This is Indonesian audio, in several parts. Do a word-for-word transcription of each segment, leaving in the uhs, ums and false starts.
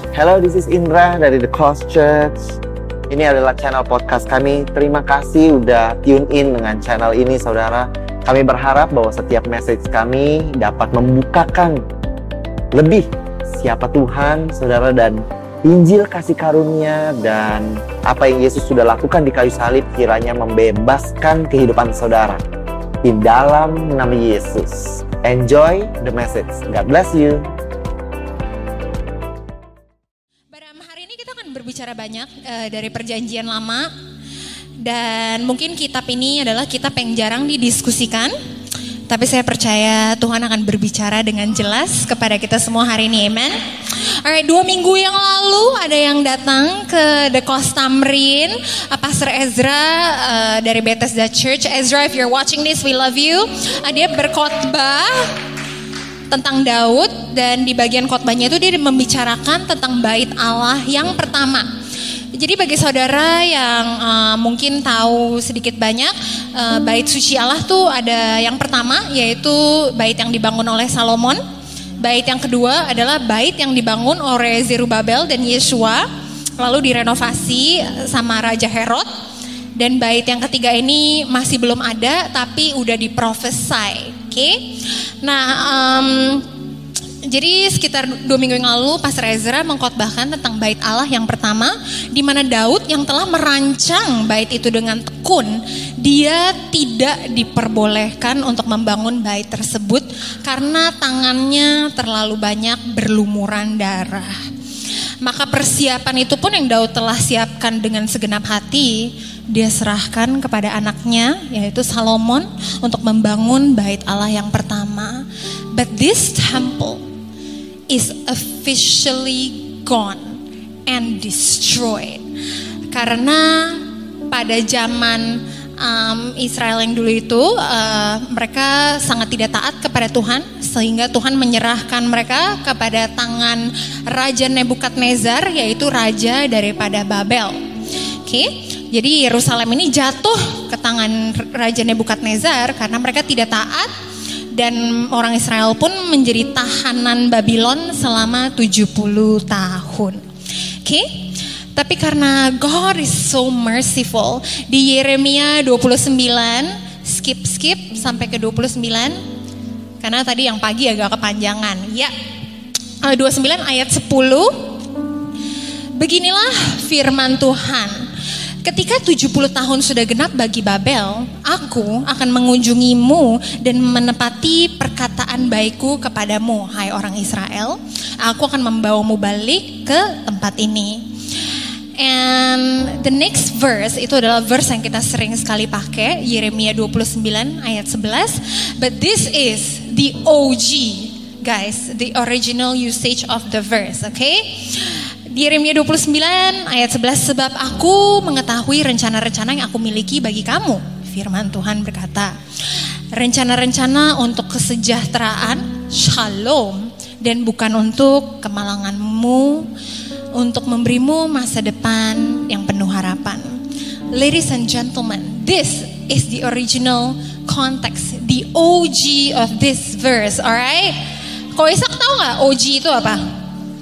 Hello, this is Indra dari The Cross Church. Ini adalah channel podcast kami. Terima kasih udah tune in dengan channel ini, saudara. Kami berharap bahwa setiap message kami dapat membukakan lebih siapa Tuhan, saudara, dan Injil kasih karunia dan apa yang Yesus sudah lakukan di kayu salib kiranya membebaskan kehidupan saudara. Di dalam nama Yesus. Enjoy the message. God bless you. Berbicara banyak uh, dari perjanjian lama, dan mungkin kitab ini adalah kitab yang jarang didiskusikan, tapi saya percaya Tuhan akan berbicara dengan jelas kepada kita semua hari ini, amen. Alright, dua minggu yang lalu ada yang datang ke The Kos Tamrin, uh, Pastor Ezra uh, dari Bethesda Church. Ezra, if you're watching this, we love you. Uh, dia berkhotbah tentang Daud, dan di bagian khotbahnya itu dia membicarakan tentang bait Allah yang pertama. Jadi bagi saudara yang uh, mungkin tahu sedikit banyak, uh, bait suci Allah tuh ada yang pertama, yaitu bait yang dibangun oleh Salomon. Bait yang kedua adalah bait yang dibangun oleh Zerubabel dan Yesua, lalu direnovasi sama Raja Herod. Dan bait yang ketiga ini masih belum ada, tapi udah diprofesai. Oke, okay? Nah, um, jadi sekitar dua minggu yang lalu Pastor Ezra mengkhotbahkan tentang bait Allah yang pertama, di mana Daud yang telah merancang bait itu dengan tekun, dia tidak diperbolehkan untuk membangun bait tersebut karena tangannya terlalu banyak berlumuran darah. Maka persiapan itu pun yang Daud telah siapkan dengan segenap hati, dia serahkan kepada anaknya, yaitu Salomon, untuk membangun bait Allah yang pertama. But this temple is officially gone and destroyed. Karena pada zaman um, Israel yang dulu itu, uh, mereka sangat tidak taat kepada Tuhan, sehingga Tuhan menyerahkan mereka kepada tangan Raja Nebukadnezar, yaitu raja daripada Babel. Oke, okay? Jadi Yerusalem ini jatuh ke tangan Raja Nebukadnezar karena mereka tidak taat, dan orang Israel pun menjadi tahanan Babylon selama tujuh puluh tahun. Oke, okay? Tapi karena God is so merciful, di Yeremia dua puluh sembilan, skip skip sampai ke dua puluh sembilan, karena tadi yang pagi agak kepanjangan. Ya, dua puluh sembilan ayat sepuluh. Beginilah firman Tuhan. Ketika tujuh puluh tahun sudah genap bagi Babel, aku akan mengunjungimu dan menepati perkataan baikku kepadamu, hai orang Israel. Aku akan membawamu balik ke tempat ini. And the next verse, itu adalah verse yang kita sering sekali pakai, Yeremia dua puluh sembilan ayat sebelas. But this is the O G, guys, the original usage of the verse, okay? Yeremia dua puluh sembilan ayat sebelas, sebab aku mengetahui rencana-rencana yang aku miliki bagi kamu, firman Tuhan berkata, rencana-rencana untuk kesejahteraan, shalom, dan bukan untuk kemalanganmu, untuk memberimu masa depan yang penuh harapan. Ladies and gentlemen, this is the original context, the O G of this verse, alright? Kau Isak tahu gak O G itu apa?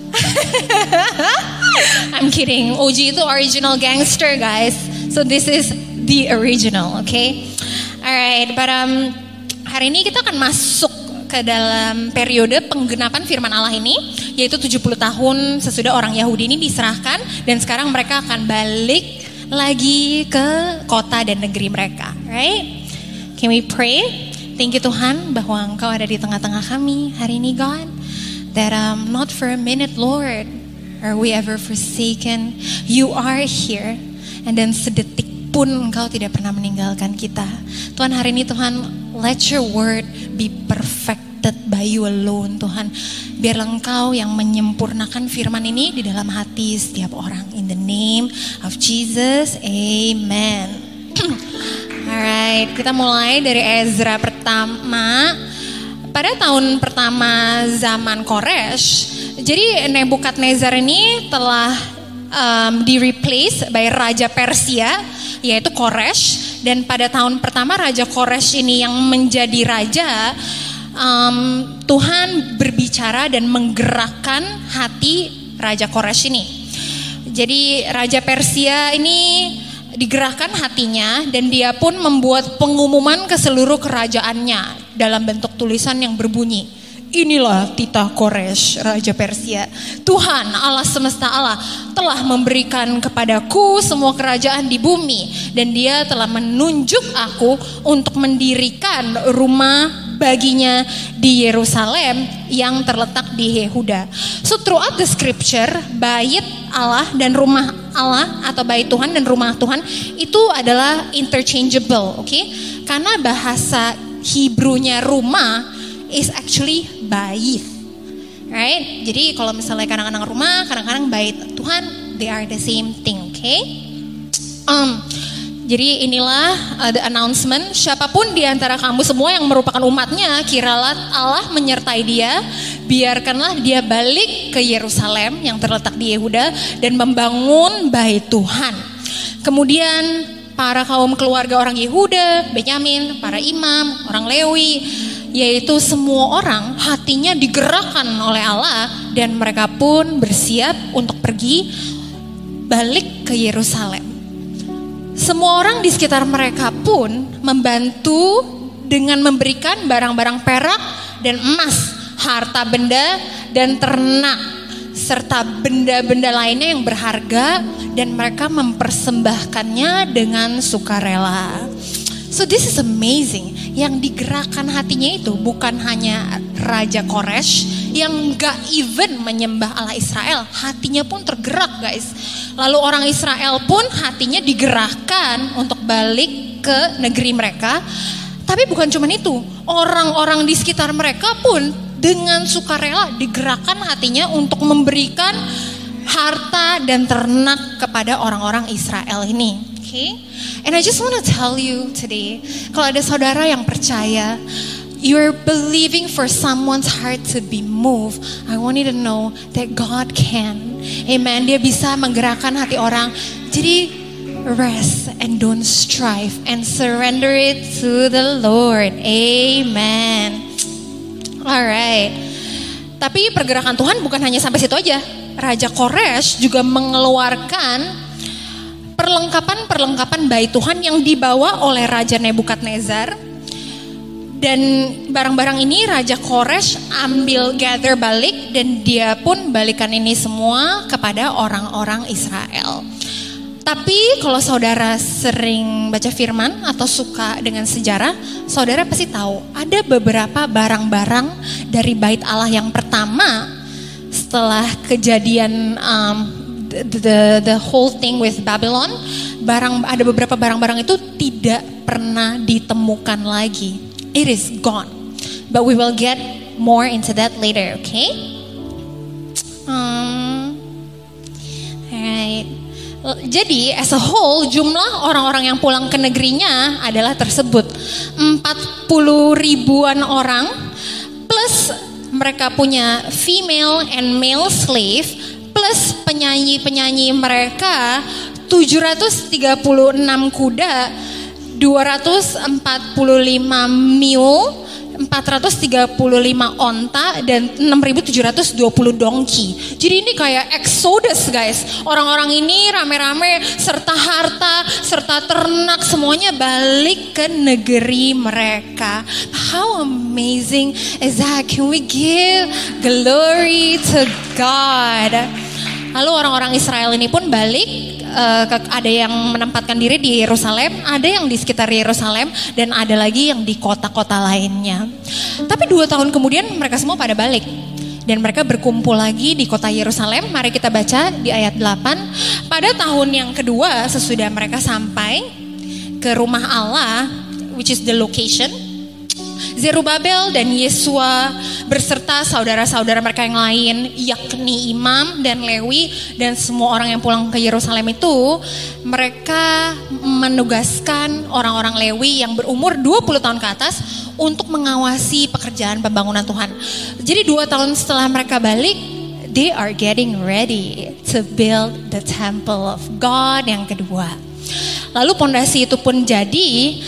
I'm kidding. O G itu original gangster, guys. So this is the original, okay? Alright, but um, hari ini kita akan masuk ke dalam periode penggenapan firman Allah ini, yaitu tujuh puluh tahun sesudah orang Yahudi ini diserahkan, dan sekarang mereka akan balik lagi ke kota dan negeri mereka, right? Can we pray? Thank you Tuhan bahwa Engkau ada di tengah-tengah kami hari ini, God. That um, not for a minute, Lord, are we ever forsaken. You are here, and then sedetik pun Engkau tidak pernah meninggalkan kita. Tuhan, hari ini Tuhan, let your word be perfected by you alone, Tuhan. Biarlah Engkau yang menyempurnakan firman ini di dalam hati setiap orang. In the name of Jesus, amen. Alright, kita mulai dari Ezra pertama. Pada tahun pertama zaman Koresh, jadi Nebukadnezar ini telah um, di-replace by Raja Persia, yaitu Koresh. Dan pada tahun pertama Raja Koresh ini yang menjadi raja, um, Tuhan berbicara dan menggerakkan hati Raja Koresh ini. Jadi Raja Persia ini digerakkan hatinya dan dia pun membuat pengumuman ke seluruh kerajaannya dalam bentuk tulisan yang berbunyi, inilah titah Koresh, Raja Persia. Tuhan Allah semesta Allah telah memberikan kepadaku semua kerajaan di bumi dan dia telah menunjuk aku untuk mendirikan rumah baginya di Yerusalem yang terletak di Yehuda. So throughout the scripture, bait Allah dan rumah Allah atau bait Tuhan dan rumah Tuhan itu adalah interchangeable, oke? Okay? Karena bahasa Hebrew-nya rumah is actually bait, right? Jadi kalau misalnya kadang-kadang rumah, kadang-kadang bait Tuhan, they are the same thing, oke? Okay? Um, Jadi inilah uh, the announcement, siapapun di antara kamu semua yang merupakan umatnya, kiralah Allah menyertai dia, biarkanlah dia balik ke Yerusalem yang terletak di Yehuda dan membangun bait Tuhan. Kemudian para kaum keluarga orang Yehuda, Benyamin, para imam, orang Lewi, yaitu semua orang hatinya digerakkan oleh Allah dan mereka pun bersiap untuk pergi balik ke Yerusalem. Semua orang di sekitar mereka pun membantu dengan memberikan barang-barang perak dan emas, harta benda dan ternak, serta benda-benda lainnya yang berharga dan mereka mempersembahkannya dengan sukarela. So this is amazing. Yang digerakkan hatinya itu bukan hanya Raja Koresh yang gak even menyembah Allah Israel, hatinya pun tergerak guys. Lalu orang Israel pun hatinya digerakkan untuk balik ke negeri mereka. Tapi bukan cuma itu, orang-orang di sekitar mereka pun dengan sukarela digerakkan hatinya untuk memberikan harta dan ternak kepada orang-orang Israel ini. Okay? And I just want to tell you today, kalau ada saudara yang percaya, you're believing for someone's heart to be moved, I want you to know that God can. Amen. Dia bisa menggerakkan hati orang. Jadi rest and don't strive and surrender it to the Lord. Amen. Alright. Tapi pergerakan Tuhan bukan hanya sampai situ aja. Raja Koresh juga mengeluarkan perlengkapan-perlengkapan bait Tuhan yang dibawa oleh Raja Nebukadnezar. Dan barang-barang ini Raja Koresh ambil gather balik dan dia pun balikan ini semua kepada orang-orang Israel. Tapi kalau saudara sering baca firman atau suka dengan sejarah, saudara pasti tahu ada beberapa barang-barang dari bait Allah yang pertama setelah kejadian um, the, the the whole thing with Babylon, barang ada beberapa barang-barang itu tidak pernah ditemukan lagi. It is gone. But we will get more into that later, okay? Um, alright. Jadi as a whole jumlah orang-orang yang pulang ke negerinya adalah tersebut empat puluh ribuan orang plus mereka punya female and male slave plus penyanyi-penyanyi mereka tujuh ratus tiga puluh enam kuda, dua ratus empat puluh lima mule, empat ratus tiga puluh lima onta dan enam ribu tujuh ratus dua puluh donkey. Jadi ini kayak exodus guys. Orang-orang ini rame-rame serta harta, serta ternak semuanya balik ke negeri mereka. How amazing is that? Can we give glory to God? Lalu orang-orang Israel ini pun balik. Uh, ada yang menempatkan diri di Yerusalem, ada yang di sekitar Yerusalem, dan ada lagi yang di kota-kota lainnya. Tapi dua tahun kemudian mereka semua pada balik. Dan mereka berkumpul lagi di kota Yerusalem. Mari kita baca di ayat delapan. Pada tahun yang kedua sesudah mereka sampai ke rumah Allah, which is the location, Zerubabel dan Yesua berserta saudara-saudara mereka yang lain, yakni imam dan Lewi dan semua orang yang pulang ke Yerusalem itu, mereka menugaskan orang-orang Lewi yang berumur dua puluh tahun ke atas untuk mengawasi pekerjaan pembangunan Tuhan. Jadi dua tahun setelah mereka balik, they are getting ready to build the temple of God yang kedua. Lalu pondasi itu pun jadi.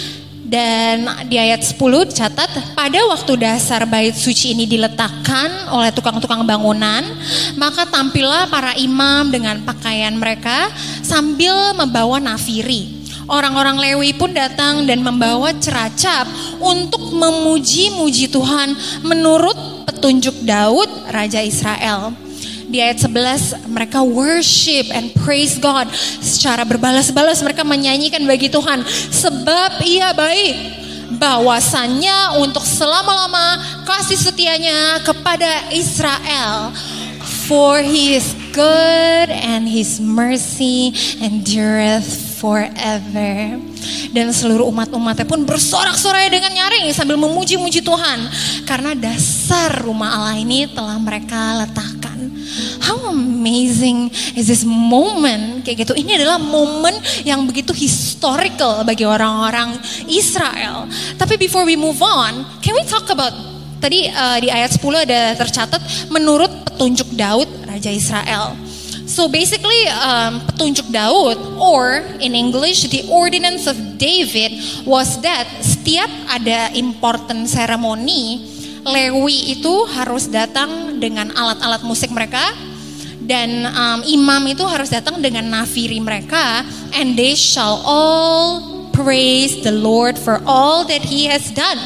Dan di ayat sepuluh dicatat, pada waktu dasar bait suci ini diletakkan oleh tukang-tukang bangunan, maka tampillah para imam dengan pakaian mereka sambil membawa nafiri. Orang-orang Lewi pun datang dan membawa ceracap untuk memuji-muji Tuhan menurut petunjuk Daud, Raja Israel. Di ayat sebelas mereka worship and praise God. Secara berbalas-balas mereka menyanyikan bagi Tuhan sebab Ia baik, bahwasannya untuk selama-lama kasih setianya kepada Israel. For He is good and His mercy endureth forever. Dan seluruh umat-umatnya pun bersorak-sorai dengan nyaring sambil memuji-muji Tuhan karena dasar rumah Allah ini telah mereka letakkan. How amazing is this moment? Kayak gitu. Ini adalah momen yang begitu historical bagi orang-orang Israel. Tapi before we move on, can we talk about tadi uh, di ayat sepuluh ada tercatat menurut petunjuk Daud Raja Israel. So basically um, petunjuk Daud, or in English the ordinance of David, was that setiap ada important ceremony, Lewi itu harus datang dengan alat-alat musik mereka, dan um, imam itu harus datang dengan nafiri mereka, and they shall all praise the Lord for all that He has done.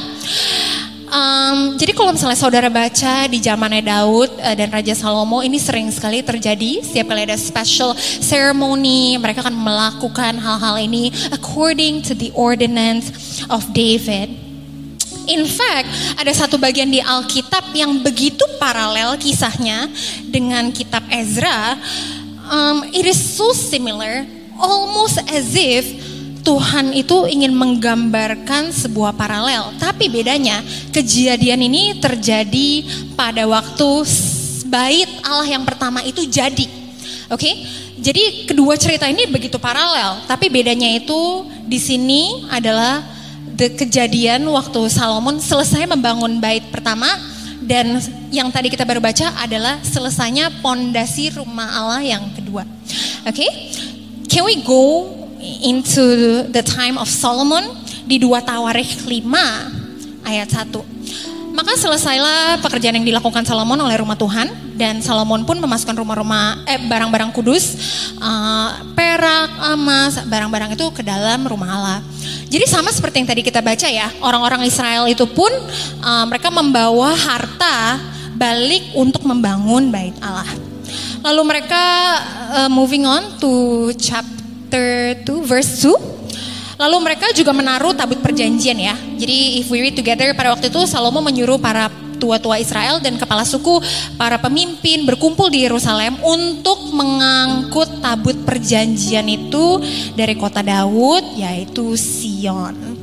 Um, jadi kalau misalnya saudara baca di zamannya Daud uh, dan Raja Salomo, ini sering sekali terjadi. Setiap kali ada special ceremony, mereka akan melakukan hal-hal ini according to the ordinance of David. In fact, ada satu bagian di Alkitab yang begitu paralel kisahnya dengan kitab Ezra. Um, it is so similar, almost as if Tuhan itu ingin menggambarkan sebuah paralel. Tapi bedanya, kejadian ini terjadi pada waktu bait Allah yang pertama itu jadi. Oke? Okay? Jadi kedua cerita ini begitu paralel, tapi bedanya itu di sini adalah the kejadian waktu Salomon selesai membangun bait pertama, dan yang tadi kita baru baca adalah selesainya pondasi rumah Allah yang kedua. Oke? Okay? Can we go into the time of Solomon di dua Tawarikh lima ayat satu. Maka selesailah pekerjaan yang dilakukan Salomon oleh rumah Tuhan, dan Salomon pun memasukkan rumah-rumah eh barang-barang kudus, uh, perak, emas, barang-barang itu ke dalam rumah Allah. Jadi sama seperti yang tadi kita baca ya, orang-orang Israel itu pun uh, mereka membawa harta balik untuk membangun bait Allah. Lalu mereka uh, moving on to chapter two, verse two. Lalu mereka juga menaruh tabut perjanjian ya. Jadi if we read together, pada waktu itu Salomo menyuruh para tua-tua Israel dan kepala suku, para pemimpin berkumpul di Yerusalem untuk mengangkut tabut perjanjian itu dari kota Daud, yaitu Sion.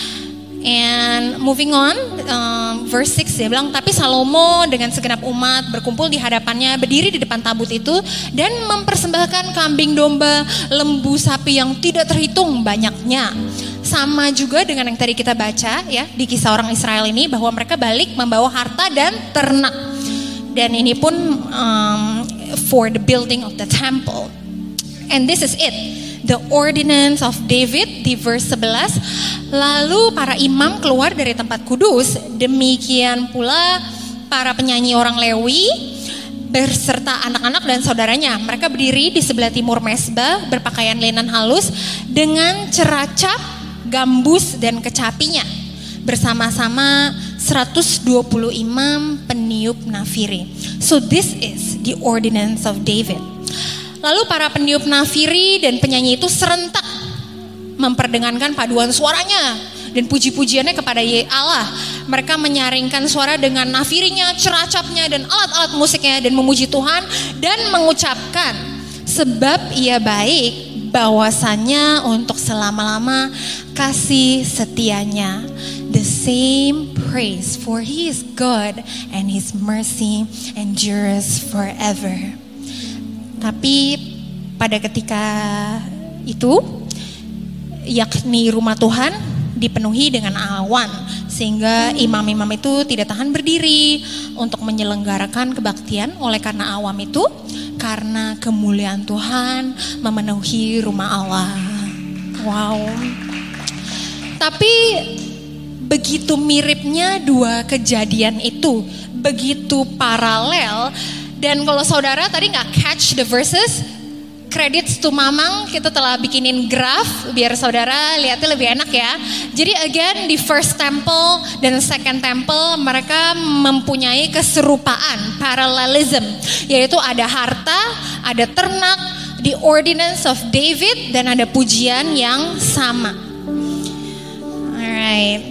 And moving on, um, verse six dia bilang, tapi Salomo dengan segenap umat berkumpul di hadapannya, berdiri di depan tabut itu dan mempersembahkan kambing domba, lembu sapi yang tidak terhitung banyaknya. Sama juga dengan yang tadi kita baca ya di kisah orang Israel ini, bahwa mereka balik membawa harta dan ternak. Dan ini pun um, for the building of the temple. And this is it, the ordinance of David di verse sebelas. Lalu para imam keluar dari tempat kudus, demikian pula para penyanyi orang Lewi berserta anak-anak dan saudaranya. Mereka berdiri di sebelah timur mezbah berpakaian linen halus dengan ceracap, gambus dan kecapinya, bersama-sama seratus dua puluh imam peniup nafiri. So this is the ordinance of David. Lalu para peniup nafiri dan penyanyi itu serentak memperdengankan paduan suaranya dan puji-pujiannya kepada Allah. Mereka menyaringkan suara dengan nafirinya, ceracapnya dan alat-alat musiknya dan memuji Tuhan dan mengucapkan sebab Ia baik, bahwasannya untuk selama-lama kasih setianya. The same praise, for He is good and His mercy endures forever. Tapi pada ketika itu, yakni rumah Tuhan dipenuhi dengan awan, sehingga imam-imam itu tidak tahan berdiri untuk menyelenggarakan kebaktian oleh karena awam itu, karena kemuliaan Tuhan memenuhi rumah Allah. Wow. Tapi begitu miripnya dua kejadian itu, begitu paralel. Dan kalau saudara tadi nggak catch the verses, credits to Mamang, kita telah bikinin graf biar saudara lihatnya lebih enak ya. Jadi again di first temple dan second temple mereka mempunyai keserupaan, parallelism, yaitu ada harta, ada ternak, the ordinance of David, dan ada pujian yang sama. Alright.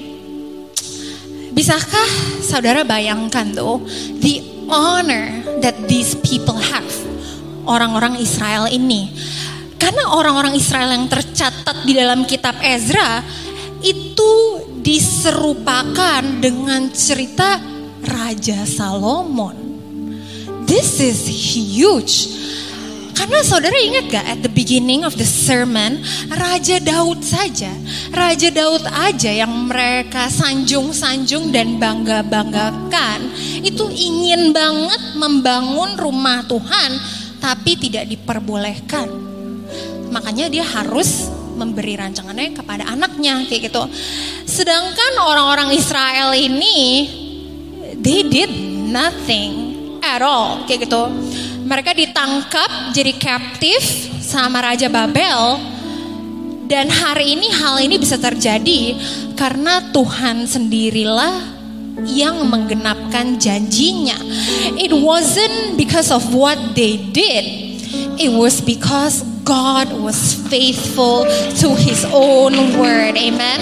Bisakah saudara bayangkan tuh the honor that these people have, orang-orang Israel ini? Karena orang-orang Israel yang tercatat di dalam kitab Ezra itu diserupakan dengan cerita Raja Salomon. This is huge. Karena saudara ingat gak at the beginning of the sermon, Raja Daud saja, Raja Daud aja yang mereka sanjung-sanjung dan bangga-banggakan, itu ingin banget membangun rumah Tuhan, tapi tidak diperbolehkan. Makanya dia harus memberi rancangannya kepada anaknya kayak gitu. Sedangkan orang-orang Israel ini, they did nothing at all kayak gitu. Mereka ditangkap jadi captive sama Raja Babel. Dan hari ini hal ini bisa terjadi karena Tuhan sendirilah yang menggenapkan janjinya. It wasn't because of what they did. It was because God was faithful to His own word. Amen.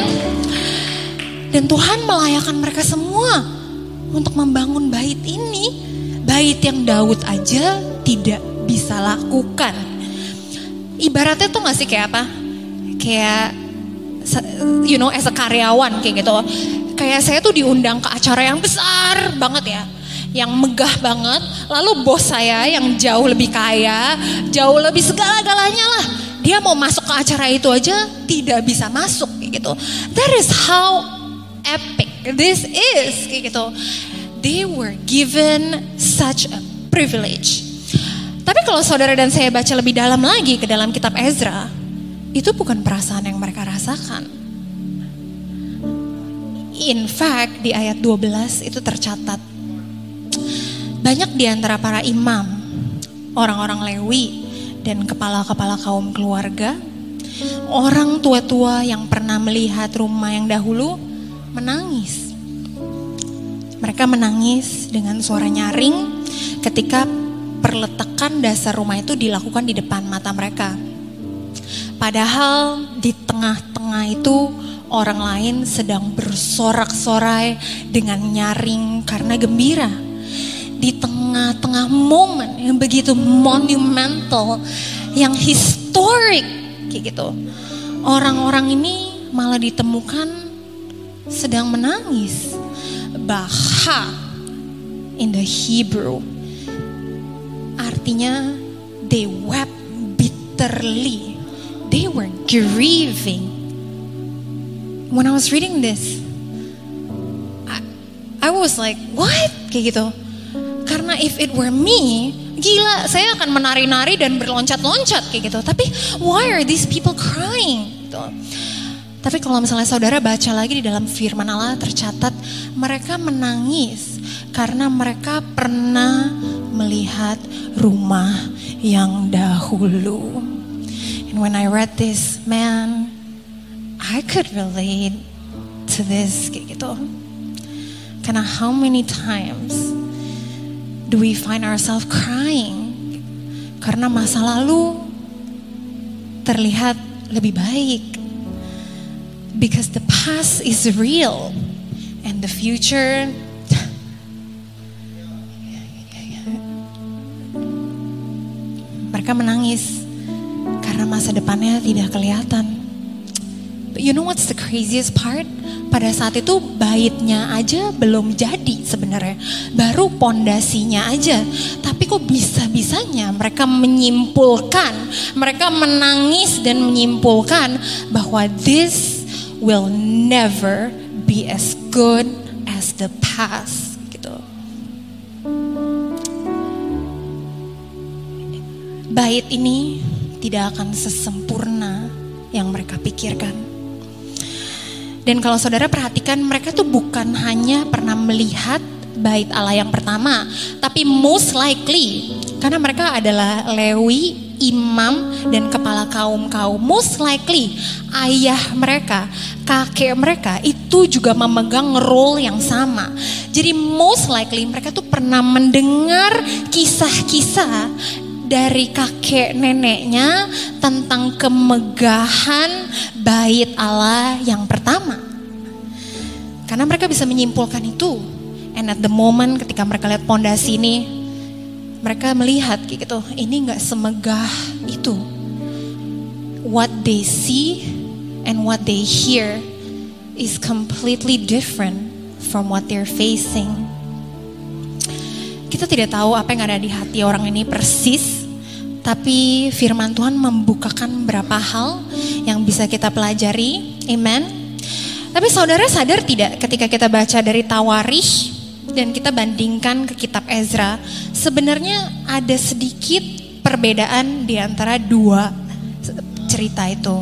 Dan Tuhan melayakan mereka semua untuk membangun bait ini. Bait yang Daud aja tidak bisa lakukan. Ibaratnya tuh gak sih kayak apa? Kayak you know as a karyawan kayak gitu. Kayak saya tuh diundang ke acara yang besar banget ya, yang megah banget. Lalu bos saya yang jauh lebih kaya, jauh lebih segala-galanya lah, dia mau masuk ke acara itu aja tidak bisa masuk kayak gitu. That is how epic this is kayak gitu. They were given such a privilege. Tapi kalau saudara dan saya baca lebih dalam lagi ke dalam kitab Ezra, itu bukan perasaan yang mereka rasakan. In fact, di ayat dua belas itu tercatat, banyak di antara para imam, orang-orang Lewi, dan kepala-kepala kaum keluarga, orang tua-tua yang pernah melihat rumah yang dahulu, menangis. Mereka menangis dengan suara nyaring ketika perletakan dasar rumah itu dilakukan di depan mata mereka. Padahal di tengah-tengah itu orang lain sedang bersorak-sorai dengan nyaring karena gembira. Di tengah-tengah momen yang begitu monumental, yang historic kayak gitu, orang-orang ini malah ditemukan sedang menangis. Baha in the Hebrew artinya they wept bitterly. They were grieving. When I was reading this, I, I was like, what? Kayak gitu. Karena if it were me, gila, saya akan menari-nari dan berloncat-loncat kayak gitu. Tapi why are these people crying? Gitu. Tapi kalau misalnya saudara baca lagi di dalam firman Allah tercatat, mereka menangis karena mereka pernah melihat rumah yang dahulu. And when I read this, man, I could relate to this kayak gitu. Karena how many times do we find ourselves crying karena masa lalu terlihat lebih baik. Because the past is real and the future mereka menangis karena masa depannya tidak kelihatan. But you know what's the craziest part? Pada saat itu baitnya aja belum jadi sebenarnya, baru pondasinya aja. Tapi kok bisa-bisanya mereka menyimpulkan, mereka menangis dan menyimpulkan bahwa this will never be as good as the past gitu. Bait ini tidak akan sesempurna yang mereka pikirkan. Dan kalau saudara perhatikan, mereka tuh bukan hanya pernah melihat bait Allah yang pertama, tapi most likely karena mereka adalah Lewi, imam, dan kepala kaum-kaum, most likely ayah mereka, kakek mereka itu juga memegang role yang sama. Jadi most likely mereka tuh pernah mendengar kisah-kisah dari kakek neneknya tentang kemegahan bait Allah yang pertama. Karena mereka bisa menyimpulkan itu. And at the moment ketika mereka lihat pondasi ini, mereka melihat kayak gitu, ini gak semegah itu. What they see and what they hear is completely different from what they're facing. Kita tidak tahu apa yang ada di hati orang ini persis, tapi firman Tuhan membukakan beberapa hal yang bisa kita pelajari. Amen. Tapi saudara sadar tidak ketika kita baca dari Tawarikh dan kita bandingkan ke kitab Ezra, sebenarnya ada sedikit perbedaan di antara dua cerita itu.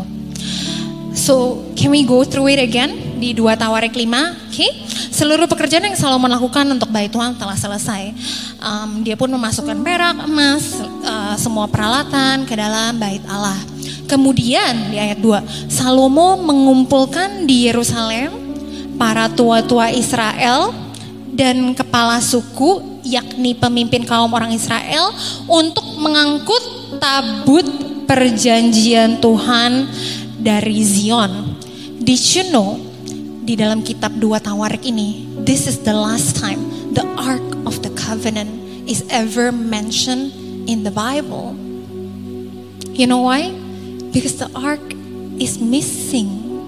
So, can we go through it again di dua Tawarikh lima? Oke. Okay. Seluruh pekerjaan yang Salomo lakukan untuk bait Tuhan telah selesai. Um, dia pun memasukkan perak, emas, uh, semua peralatan ke dalam bait Allah. Kemudian di ayat dua, Salomo mengumpulkan di Yerusalem para tua-tua Israel dan kepala suku, yakni pemimpin kaum orang Israel, untuk mengangkut tabut perjanjian Tuhan dari Zion. Did you know, di dalam kitab dua Tawarikh ini, this is the last time the Ark of the Covenant is ever mentioned in the Bible. You know why? Because the Ark is missing.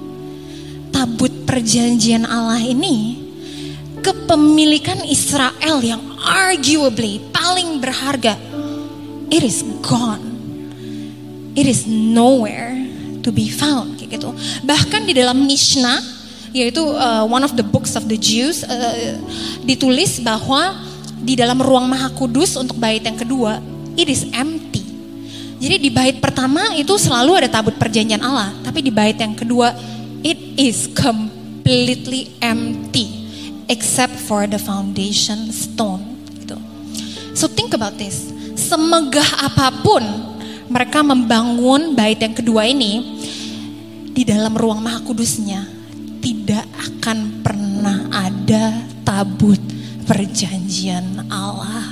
Tabut perjanjian Allah ini, kepemilikan Israel yang arguably paling berharga, it is gone. It is nowhere to be found, kayak gitu. Bahkan di dalam Mishnah, yaitu uh, one of the books of the Jews, uh, ditulis bahwa di dalam ruang Maha Kudus untuk bait yang kedua, it is empty. Jadi di bait pertama itu selalu ada tabut perjanjian Allah, tapi di bait yang kedua, it is completely empty except for the foundation stone. Gitu. So think about this, semegah apapun mereka membangun bait yang kedua ini, di dalam ruang Maha Kudusnya tidak akan pernah ada tabut perjanjian Allah.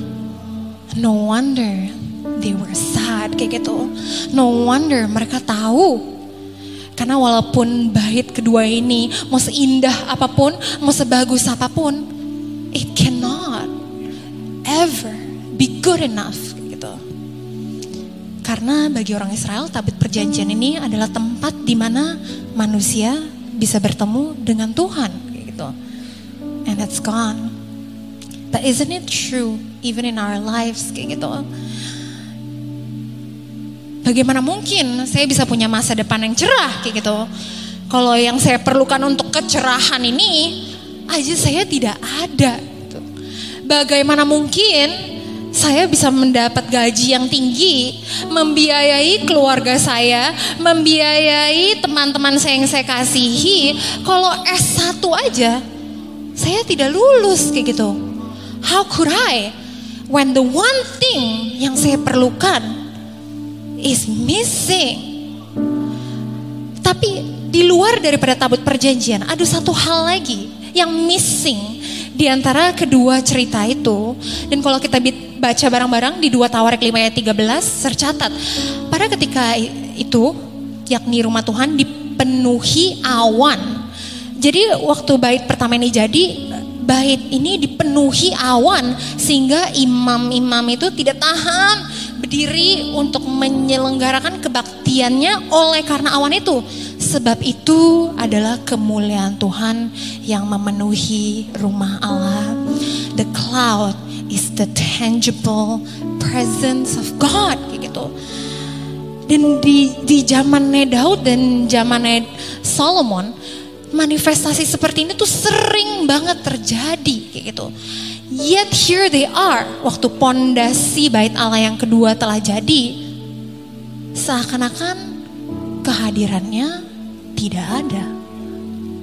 No wonder they were sad kayak gitu. No wonder mereka tahu. Karena walaupun bait kedua ini mau seindah apapun, mau sebagus apapun, it cannot ever be good enough gitu. Karena bagi orang Israel, tabut perjanjian ini adalah tempat di mana manusia bisa bertemu dengan Tuhan gitu. And it's gone. But isn't it true even in our lives kayak gitu? Bagaimana mungkin saya bisa punya masa depan yang cerah kayak gitu, kalau yang saya perlukan untuk kecerahan ini aja saya tidak ada gitu. Bagaimana mungkin saya bisa mendapat gaji yang tinggi, membiayai keluarga saya, membiayai teman-teman saya yang saya kasihi, kalau S satu aja saya tidak lulus kayak gitu. How could I when the one thing yang saya perlukan is missing? Tapi di luar daripada tabut perjanjian, ada satu hal lagi yang missing di antara kedua cerita itu. Dan kalau kita baca bareng-bareng di dua Tawarikh lima ayat tiga belas, tercatat pada ketika itu, yakni rumah Tuhan dipenuhi awan. Jadi waktu bait pertama ini jadi, bait ini dipenuhi awan sehingga imam-imam itu tidak tahan berdiri untuk menyelenggarakan kebaktiannya oleh karena awan itu. Sebab itu adalah kemuliaan Tuhan yang memenuhi rumah Allah. The cloud is the tangible presence of God, kayak gitu. Dan di di zamannya Daud dan zamannya Solomon, manifestasi seperti ini tuh sering banget terjadi, kayak gitu. Yet here they are, waktu pondasi bait Allah yang kedua telah jadi, seakan-akan kehadirannya tidak ada.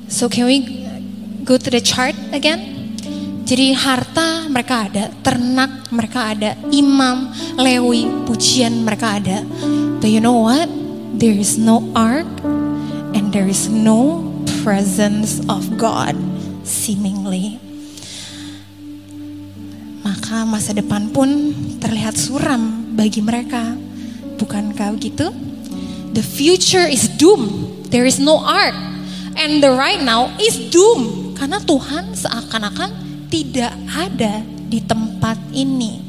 So can we go to the chart again? Jadi harta mereka ada, ternak mereka ada, imam, lewi, pujian mereka ada. But you know what? There is no ark and there is no presence of God seemingly. Maka masa depan pun terlihat suram bagi mereka. Bukankah begitu? The future is doom. There is no ark. And the right now is doom. Karena Tuhan seakan-akan tidak ada di tempat ini.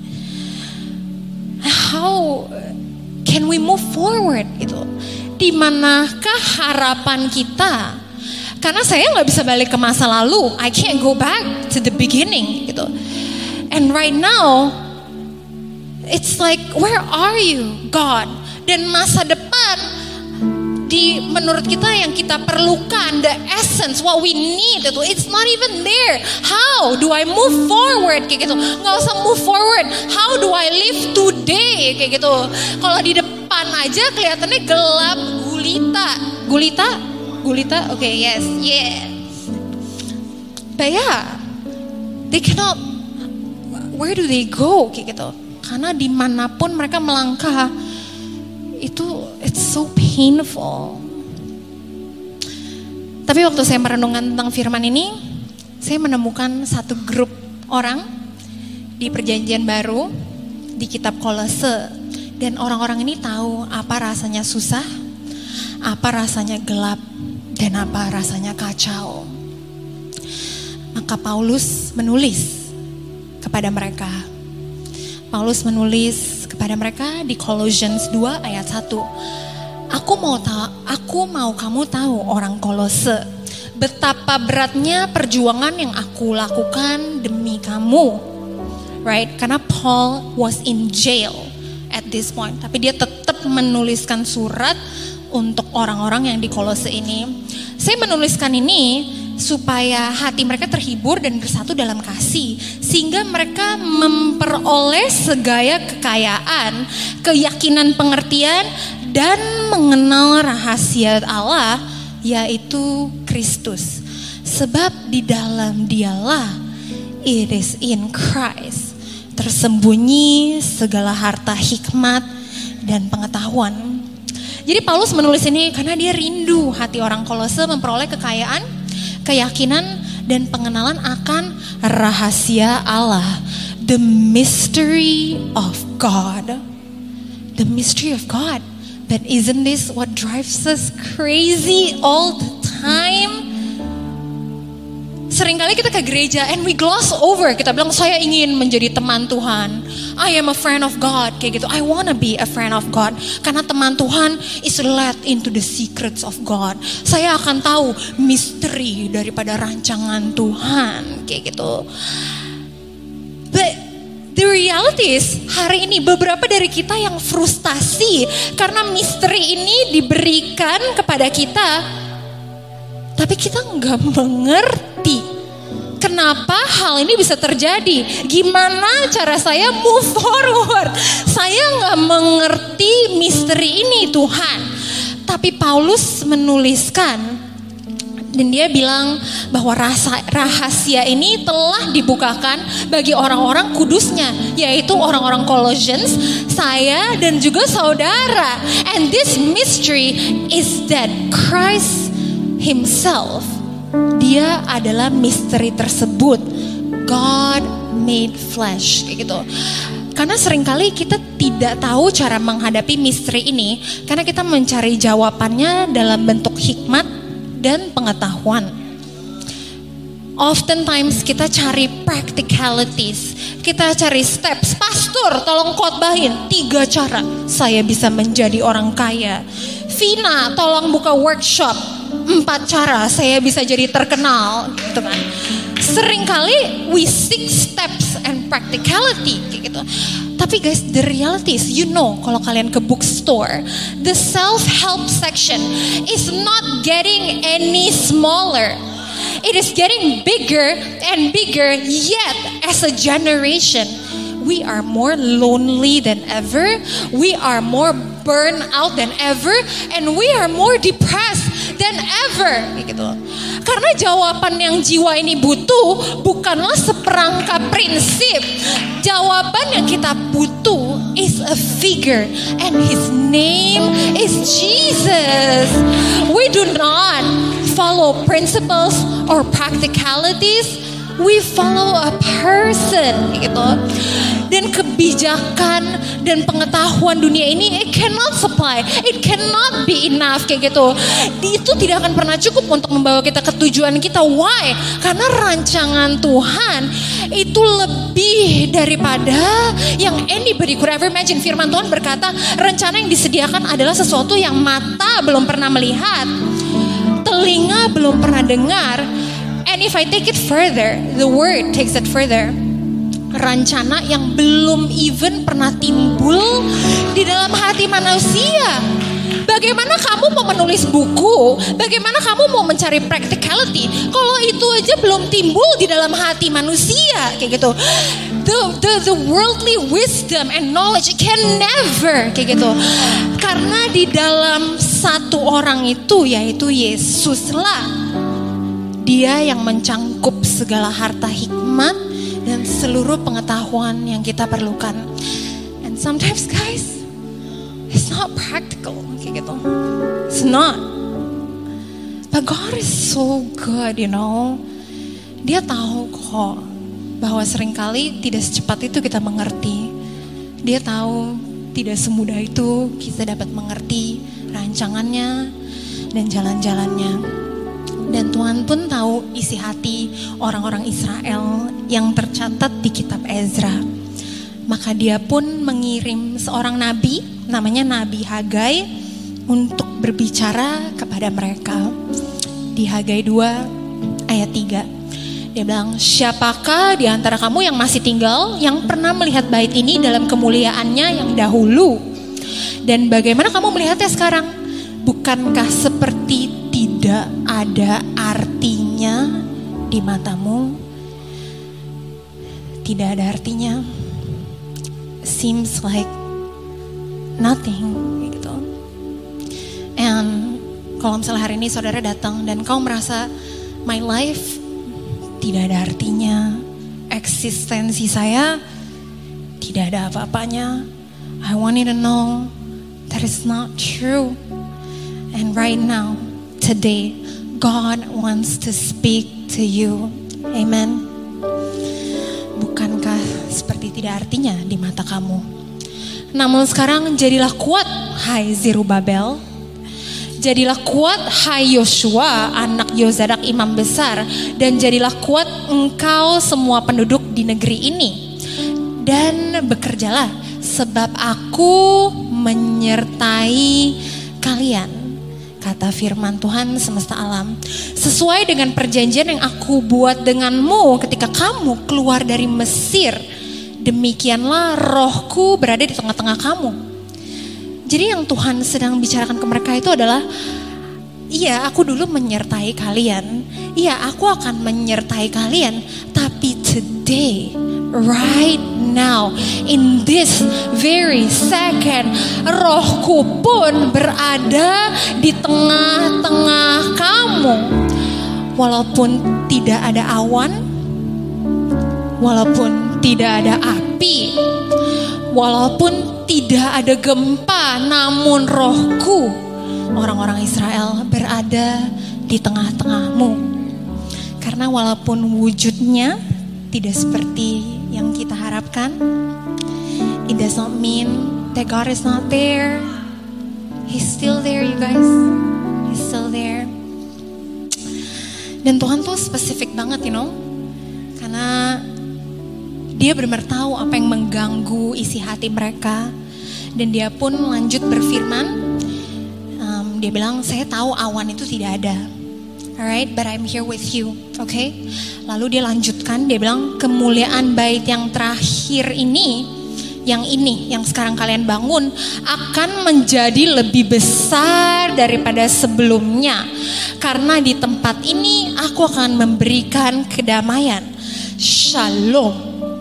How can we move forward gitu? Di manakah harapan kita? Karena saya nggak bisa balik ke masa lalu. I can't go back to the beginning gitu. And right now, it's like, where are you, God? Dan masa depan di menurut kita yang kita perlukan, the essence, what we need itu, it's not even there. How do I move forward kayak gitu? Nggak usah move forward. How do I live today kayak gitu? Kalau di depan aja kelihatannya gelap, gulita, gulita, gulita. Oke, okay, yes, yeah. But yeah, they cannot. Where do they go kayak gitu? Karena dimanapun mereka melangkah itu, it's so painful. Tapi waktu saya merenungkan tentang firman ini, saya menemukan satu grup orang di Perjanjian Baru di kitab Kolose, dan orang-orang ini tahu apa rasanya susah, apa rasanya gelap, dan apa rasanya kacau. Maka Paulus menulis kepada mereka. Paulus menulis kepada mereka di Colossians dua ayat satu. Aku mau tahu, aku mau kamu tahu orang Kolose, betapa beratnya perjuangan yang aku lakukan demi kamu. Right? Karena Paul was in jail at this point, tapi dia tetap menuliskan surat untuk orang-orang yang di Kolose ini. Saya menuliskan ini supaya hati mereka terhibur dan bersatu dalam kasih, sehingga mereka memperoleh segaya kekayaan, keyakinan, pengertian, dan mengenal rahasia Allah, yaitu Kristus. Sebab di dalam Dialah, it is in Christ, tersembunyi segala harta hikmat dan pengetahuan. Jadi Paulus menulis ini karena dia rindu hati orang Kolose memperoleh kekayaan, keyakinan, dan pengenalan akan rahasia Allah. The mystery of God. The mystery of God. But isn't this what drives us crazy all the time? Seringkali kita ke gereja and we gloss over. Kita bilang, saya ingin menjadi teman Tuhan. I am a friend of God. Kayak gitu. I wanna be a friend of God. Karena teman Tuhan is led into the secrets of God. Saya akan tahu misteri daripada rancangan Tuhan. Kayak gitu. But the reality is, hari ini beberapa dari kita yang frustasi karena misteri ini diberikan kepada kita, tapi kita nggak mengerti kenapa hal ini bisa terjadi. Gimana cara saya move forward? Saya nggak mengerti misteri ini, Tuhan. Tapi Paulus menuliskan, dan dia bilang bahwa rasa, rahasia ini telah dibukakan bagi orang-orang kudusnya, yaitu orang-orang Colossians, saya dan juga saudara. And this mystery is that Christ Himself, Dia adalah misteri tersebut. God made flesh, kayak gitu. Karena seringkali kita tidak tahu cara menghadapi misteri ini, karena kita mencari jawabannya dalam bentuk hikmat dan pengetahuan. Oftentimes kita cari practicalities, kita cari steps. Pastor, tolong khotbahin tiga cara saya bisa menjadi orang kaya. Vina, tolong buka workshop empat cara saya bisa jadi terkenal, gitu kan. Seringkali we seek steps and practicality, kayak gitu. Tapi guys, the reality is, you know, kalau kalian ke bookstore, the self-help section is not getting any smaller. It is getting bigger and bigger, yet as a generation, we are more lonely than ever, we are more burned out than ever, and we are more depressed than ever. Kayak gitu. Karena jawaban yang jiwa ini butuh bukanlah seperangkap prinsip. Jawaban yang kita butuh is a figure, and his name is Jesus. We do not follow principles or practicalities. We follow a person, gitu. Dan kebijakan dan pengetahuan dunia ini, it cannot supply, it cannot be enough, kayak gitu. Itu tidak akan pernah cukup untuk membawa kita ke tujuan kita. Why? Karena rancangan Tuhan itu lebih daripada yang anybody could ever imagine. Firman Tuhan berkata, rencana yang disediakan adalah sesuatu yang mata belum pernah melihat, telinga belum pernah dengar. And if I take it further, the word takes it further. Rencana yang belum even pernah timbul di dalam hati manusia. Bagaimana kamu mau menulis buku? Bagaimana kamu mau mencari practicality? Kalau itu aja belum timbul di dalam hati manusia, kayak gitu. The, the, the worldly wisdom and knowledge can never, kayak gitu. Karena di dalam satu orang itu, yaitu Yesuslah, Dia yang mencangkup segala harta hikmat dan seluruh pengetahuan yang kita perlukan. And sometimes guys, it's not practical, kayak gitu. It's not. But God is so good, you know. Dia tahu kok bahwa seringkali tidak secepat itu kita mengerti. Dia tahu tidak semudah itu kita dapat mengerti rancangannya dan jalan-jalannya. Dan Tuhan pun tahu isi hati orang-orang Israel yang tercatat di kitab Ezra. Maka dia pun mengirim seorang nabi, namanya Nabi Hagai, untuk berbicara kepada mereka. Di Hagai dua ayat tiga. Dia bilang, siapakah di antara kamu yang masih tinggal, yang pernah melihat bait ini dalam kemuliaannya yang dahulu? Dan bagaimana kamu melihatnya sekarang? Bukankah seperti tidak ada artinya di matamu? Tidak ada artinya. Seems like nothing, gitu. And kalau misalnya hari ini saudara datang dan kau merasa my life tidak ada artinya, eksistensi saya tidak ada apa-apanya, I want you to know that is not true. And right now, today, God wants to speak to you. Amen. Bukankah seperti tidak artinya di mata kamu? Namun sekarang jadilah kuat, hai Zerubabel. Jadilah kuat, hai Yosua, anak Yozadak imam besar. Dan jadilah kuat engkau semua penduduk di negeri ini. Dan bekerjalah, sebab aku menyertai kalian. Kata firman Tuhan semesta alam, sesuai dengan perjanjian yang aku buat denganmu ketika kamu keluar dari Mesir, demikianlah rohku berada di tengah-tengah kamu. Jadi yang Tuhan sedang bicarakan ke mereka itu adalah, iya aku dulu menyertai kalian, iya aku akan menyertai kalian, tapi today, right now, in this very second, rohku pun berada di tengah-tengah kamu. Walaupun tidak ada awan, walaupun tidak ada api, walaupun tidak ada gempa, namun rohku, orang-orang Israel, berada di tengah-tengahmu. Karena walaupun wujudnya tidak seperti yang kita harapkan, it does not mean that God is not there. He's still there, you guys. He's still there. Dan Tuhan tuh spesifik banget, you know. Karena Dia benar-benar tahu apa yang mengganggu isi hati mereka. Dan Dia pun lanjut berfirman. um, Dia bilang, saya tahu awan itu tidak ada. Alright, but I'm here with you, okay? Lalu dia lanjutkan, dia bilang kemuliaan bait yang terakhir ini, yang ini, yang sekarang kalian bangun, akan menjadi lebih besar daripada sebelumnya. Karena di tempat ini aku akan memberikan kedamaian, shalom. In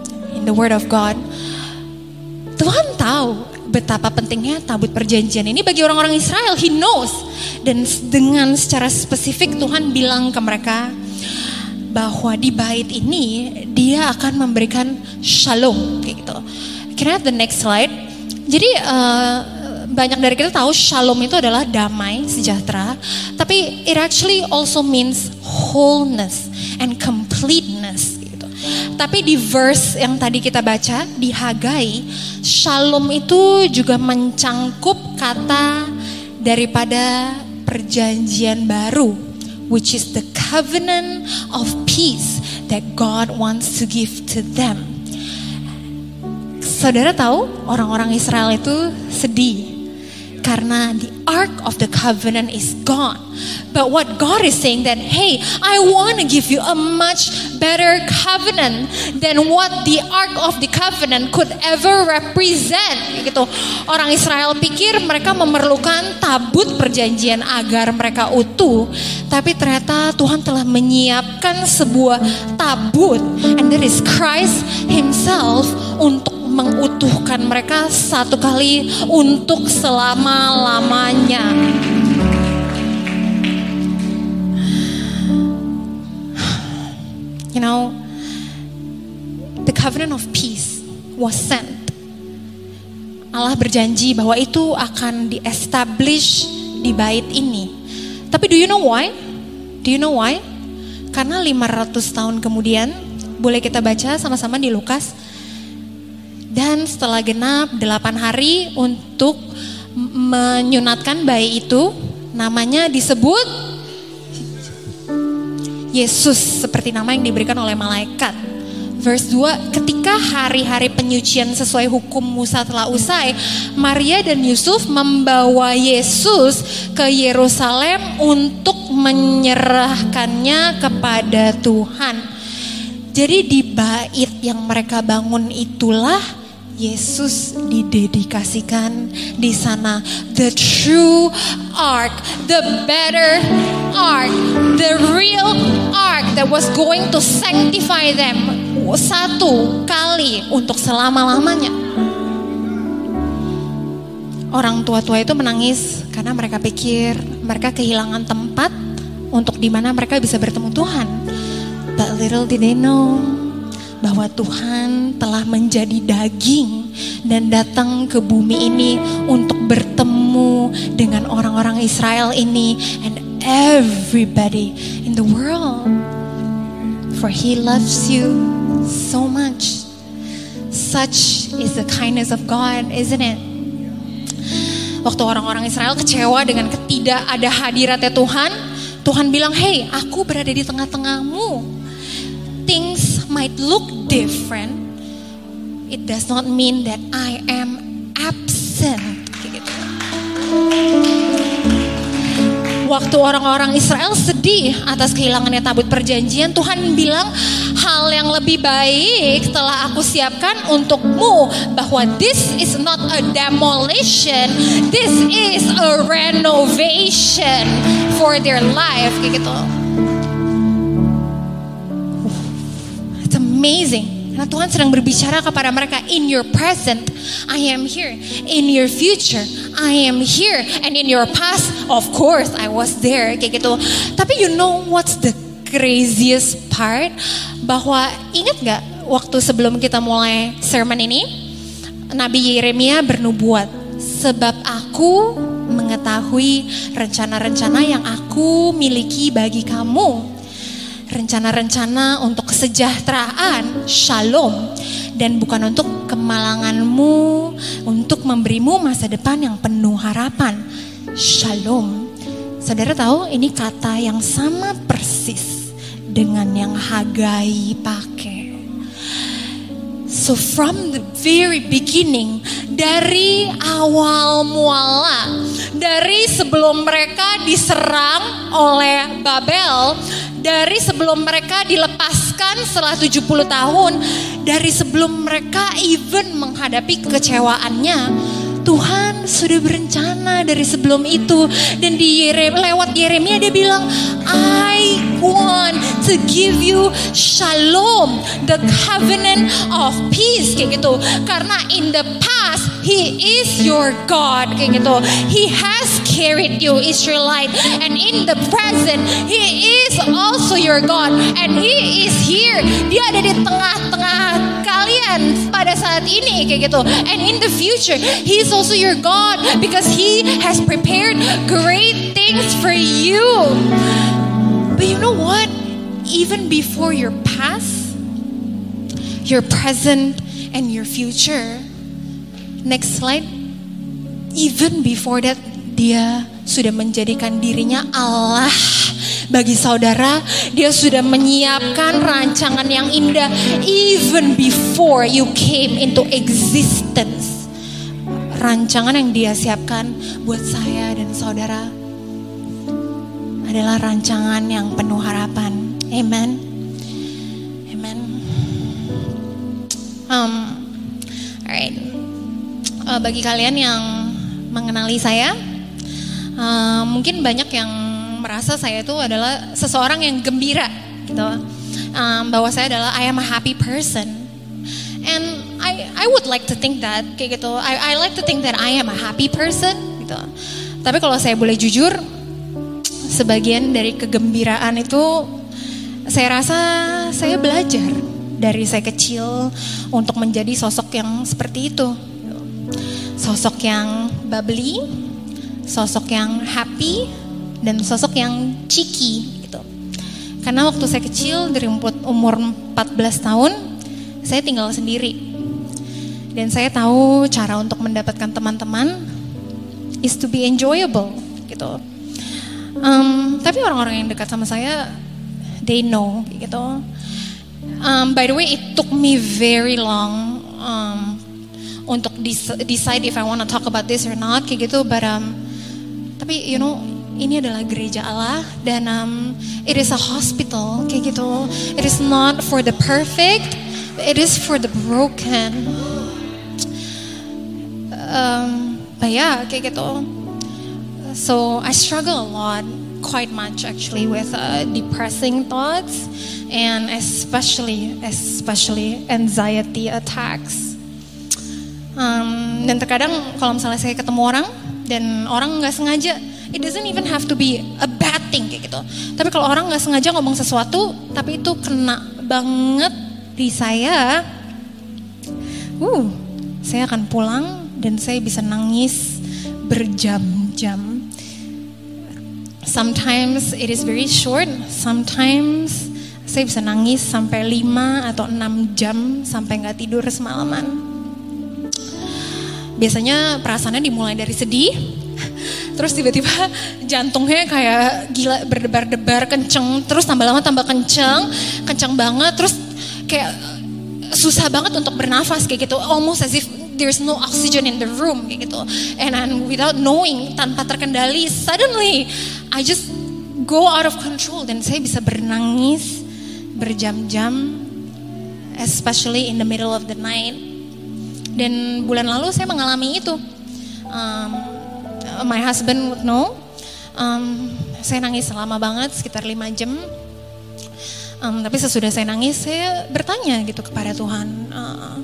the word of God. Tuhan tahu betapa pentingnya tabut perjanjian ini bagi orang-orang Israel. He knows. Dan dengan secara spesifik Tuhan bilang ke mereka bahwa di bait ini dia akan memberikan shalom kayak gitu. Can I have the next slide? Jadi uh, banyak dari kita tahu shalom itu adalah damai, sejahtera, tapi it actually also means wholeness and completeness. Tapi di verse yang tadi kita baca di Hagai, shalom itu juga mencangkup kata daripada perjanjian baru, which is the covenant of peace that God wants to give to them. Saudara tahu orang-orang Israel itu sedih karena the ark of the covenant is gone. But what God is saying that, hey, I want to give you a much better covenant than what the ark of the covenant could ever represent. Gitu. Orang Israel pikir mereka memerlukan tabut perjanjian agar mereka utuh, tapi ternyata Tuhan telah menyiapkan sebuah tabut, and that is Christ Himself untuk mengutuhkan mereka satu kali untuk selama-lamanya. You know, the covenant of peace was sent. Allah berjanji bahwa itu akan di-establish di bait ini. Tapi do you know why? Do you know why? Karena lima ratus tahun kemudian, boleh kita baca sama-sama di Lukas. Dan setelah genap delapan hari untuk menyunatkan bayi itu, namanya disebut Yesus seperti nama yang diberikan oleh malaikat. Verse dua, ketika hari-hari penyucian sesuai hukum Musa telah usai, Maria dan Yusuf membawa Yesus ke Yerusalem untuk menyerahkannya kepada Tuhan. Jadi di bait yang mereka bangun itulah Yesus didedikasikan di sana. The true ark, the better ark, the real ark that was going to sanctify them satu kali untuk selama-lamanya. Orang tua-tua itu menangis karena mereka pikir mereka kehilangan tempat untuk di mana mereka bisa bertemu Tuhan. But little did they know bahwa Tuhan telah menjadi daging dan datang ke bumi ini untuk bertemu dengan orang-orang Israel ini and everybody in the world. For He loves you so much. Such is the kindness of God, isn't it? Waktu orang-orang Israel kecewa dengan ketidak ada hadiratnya Tuhan, Tuhan bilang, hey, aku berada di tengah-tengahmu. Things might look different, it does not mean that I am absent. Gitu. Waktu orang-orang Israel sedih atas kehilangannya tabut perjanjian, Tuhan bilang hal yang lebih baik telah aku siapkan untukmu, bahwa this is not a demolition, this is a renovation for their life. Kayak gitu. Amazing. Nah, Tuhan sedang berbicara kepada mereka, in your present I am here, in your future I am here, and in your past of course I was there, kayak gitu. Tapi you know what's the craziest part? Bahwa ingat gak waktu sebelum kita mulai sermon ini, Nabi Yeremia bernubuat, sebab aku mengetahui rencana-rencana yang aku miliki bagi kamu, rencana-rencana untuk kesejahteraan, shalom, dan bukan untuk kemalanganmu, untuk memberimu masa depan yang penuh harapan, shalom. Saudara tahu ini kata yang sama persis dengan yang Hagai pakai. So from the very beginning, dari awal muala, dari sebelum mereka diserang oleh Babel, dari sebelum mereka dilepaskan setelah tujuh puluh tahun, dari sebelum mereka even menghadapi kekecewaannya, Tuhan sudah berencana dari sebelum itu. Dan di Yere, lewat Yeremia dia bilang, I want to give you shalom, the covenant of peace kayak gitu. Karena in the past He is your God kayak gitu. He has carried you Israelite, and in the present He is also your God, and He is here. Dia ada di tengah-tengah kalian pada saat ini kayak gitu. And in the future He is also your God because He has prepared great things for you. But you know what? Even before your past, your present, and your future. Next slide. Even before that, Dia sudah menjadikan dirinya Allah bagi saudara. Dia sudah menyiapkan rancangan yang indah even before you came into existence. Rancangan yang Dia siapkan buat saya dan saudara adalah rancangan yang penuh harapan. Amen. Amen. Um, alright. Uh, bagi kalian yang mengenali saya, uh, mungkin banyak yang merasa saya itu adalah seseorang yang gembira, gitu. Um, bahwa saya adalah I am a happy person, and I I would like to think that kayak gitu. I I like to think that I am a happy person, gitu. Tapi kalau saya boleh jujur, sebagian dari kegembiraan itu saya rasa saya belajar dari saya kecil untuk menjadi sosok yang seperti itu. Sosok yang bubbly, sosok yang happy, dan sosok yang cheeky gitu. Karena waktu saya kecil dari umur empat belas tahun, saya tinggal sendiri. Dan saya tahu cara untuk mendapatkan teman-teman is to be enjoyable gitu. Um, tapi orang-orang yang dekat sama saya, they know gitu. Um, by the way, it took me very long um, untuk decide if I want to talk about this or not kayak gitu. But um, tapi you know, ini adalah gereja Allah dan um, it is a hospital kayak gitu. It is not for the perfect, it is for the broken. Um, but yeah, kayak gitu. So I struggle a lot, quite much actually, with uh, depressing thoughts and especially, especially anxiety attacks. Um, dan terkadang kalau misalnya saya ketemu orang dan orang nggak sengaja, it doesn't even have to be a bad thing kayak gitu. Tapi kalau orang nggak sengaja ngomong sesuatu, tapi itu kena banget di saya, uh, saya akan pulang dan saya bisa nangis berjam-jam. Sometimes it is very short, sometimes saya bisa nangis sampai lima atau enam jam sampai nggak tidur semalaman. Biasanya perasaannya dimulai dari sedih, terus tiba-tiba jantungnya kayak gila berdebar-debar kenceng, terus tambah lama tambah kenceng, kenceng banget, terus kayak susah banget untuk bernafas kayak gitu, almost as if there's no oxygen in the room kayak gitu. And then without knowing, tanpa terkendali, suddenly I just go out of control dan saya bisa bernangis berjam-jam, especially in the middle of the night. Dan bulan lalu saya mengalami itu. Um, my husband would know. Um, saya nangis lama banget, sekitar lima jam. Um, tapi sesudah saya nangis, saya bertanya gitu kepada Tuhan. Uh,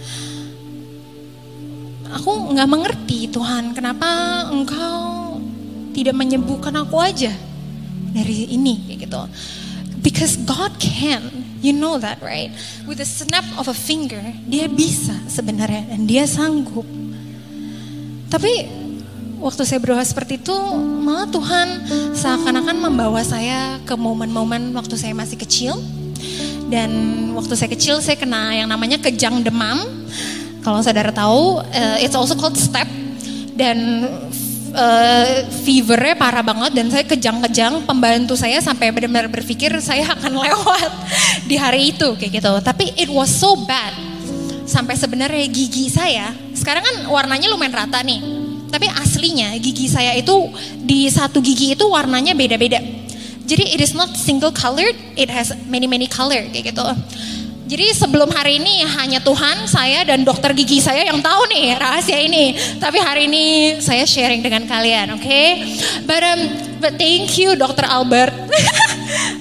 aku nggak mengerti Tuhan, kenapa Engkau tidak menyembuhkan aku aja dari ini kayak gitu. Because God can, you know that right? With a snap of a finger, Dia bisa sebenarnya dan Dia sanggup. Tapi waktu saya berdoa seperti itu, malah Tuhan seakan-akan membawa saya ke momen-momen waktu saya masih kecil. Dan waktu saya kecil saya kena yang namanya kejang demam. Kalau saudara tahu, uh, it's also called step. Dan Uh, fevernya parah banget dan saya kejang-kejang, pembantu saya sampai benar-benar berpikir saya akan lewat di hari itu kayak gitu. Tapi it was so bad sampai sebenarnya gigi saya sekarang kan warnanya lumayan rata nih, tapi aslinya gigi saya itu di satu gigi itu warnanya beda-beda. Jadi it is not single colored, it has many many color kayak gitu. Jadi sebelum hari ini hanya Tuhan, saya dan dokter gigi saya yang tahu nih rahasia ini. Tapi hari ini saya sharing dengan kalian, oke? Okay? But um, but thank you dokter Albert.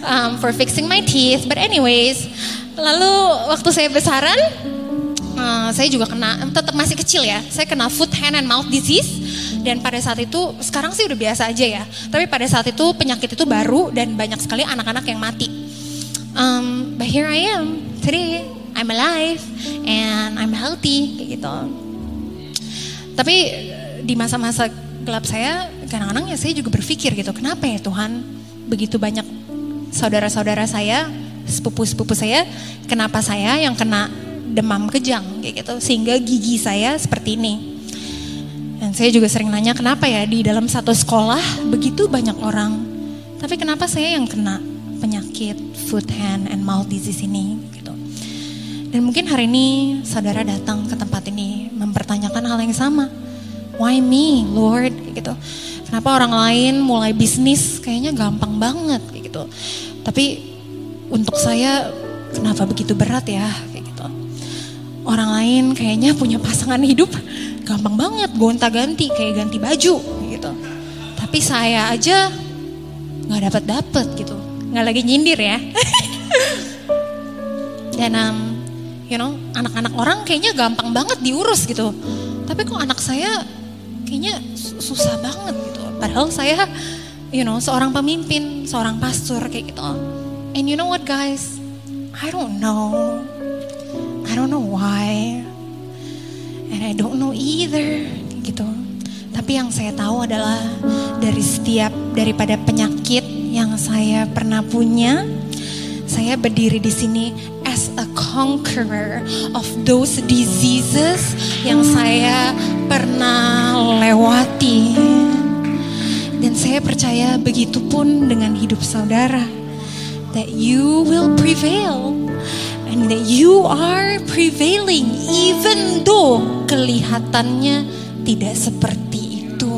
um, for fixing my teeth. But anyways, lalu waktu saya besaran, uh, saya juga kena, tetap masih kecil ya, saya kena foot, hand, and mouth disease. Dan pada saat itu, sekarang sih udah biasa aja ya. Tapi pada saat itu penyakit itu baru dan banyak sekali anak-anak yang mati. Um, but here I am today, I'm alive and I'm healthy kayak gitu. Tapi di masa-masa gelap saya, kadang-kadang ya saya juga berpikir gitu, kenapa ya Tuhan begitu banyak saudara-saudara saya, sepupu-sepupu saya, kenapa saya yang kena demam kejang kayak gitu, sehingga gigi saya seperti ini. Dan saya juga sering nanya kenapa ya di dalam satu sekolah begitu banyak orang, tapi kenapa saya yang kena penyakit foot, hand, and mouth disease ini gitu. Dan mungkin hari ini saudara datang ke tempat ini mempertanyakan hal yang sama. Why me, Lord? Kayak gitu. Kenapa orang lain mulai bisnis kayaknya gampang banget kayak gitu. Tapi untuk saya kenapa begitu berat ya kayak gitu. Orang lain kayaknya punya pasangan hidup gampang banget, gonta-ganti kayak ganti baju gitu. Tapi saya aja nggak dapat dapat gitu, nggak lagi nyindir ya. Dan um, you know, anak-anak orang kayaknya gampang banget diurus gitu. Tapi kok anak saya kayaknya susah banget gitu. Padahal saya, you know, seorang pemimpin, seorang pastor kayak gitu. And you know what guys? I don't know. I don't know why. And I don't know either gitu. Tapi yang saya tahu adalah dari setiap daripada penyakit yang saya pernah punya, saya berdiri di sini as a conqueror of those diseases yang saya pernah lewati. Dan saya percaya begitu pun dengan hidup saudara, that you will prevail. And that you are prevailing even though kelihatannya tidak seperti itu.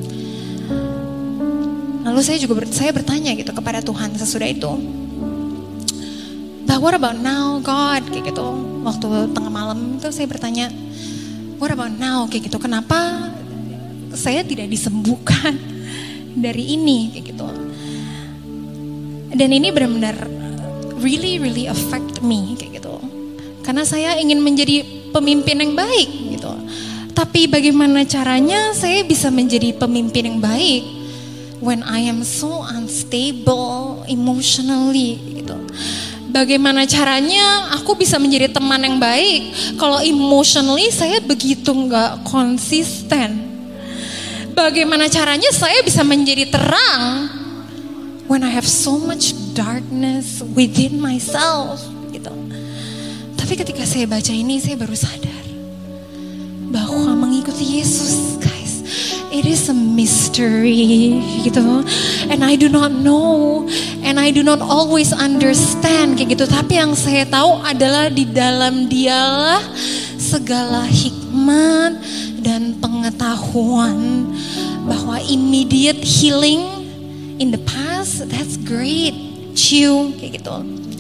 Lalu saya juga ber, saya bertanya gitu kepada Tuhan sesudah itu. But what about now God? Kayak gitu. Waktu tengah malam itu saya bertanya, what about now? Kayak gitu. Kenapa saya tidak disembuhkan dari ini? Kayak gitu. Dan ini benar-benar really really affect me kayak gitu. Karena saya ingin menjadi pemimpin yang baik gitu. Tapi bagaimana caranya saya bisa menjadi pemimpin yang baik when I am so unstable emotionally gitu. Bagaimana caranya aku bisa menjadi teman yang baik kalau emotionally saya begitu nggak konsisten. Bagaimana caranya saya bisa menjadi terang when I have so much darkness within myself gitu. Tapi ketika saya baca ini saya baru sadar bahwa mengikuti Yesus guys, it is a mystery gitu. And I do not know and I do not always understand kayak gitu. Tapi yang saya tahu adalah di dalam Dialah segala hikmat dan pengetahuan, bahwa immediate healing in the past, that's great, cium kayak gitu.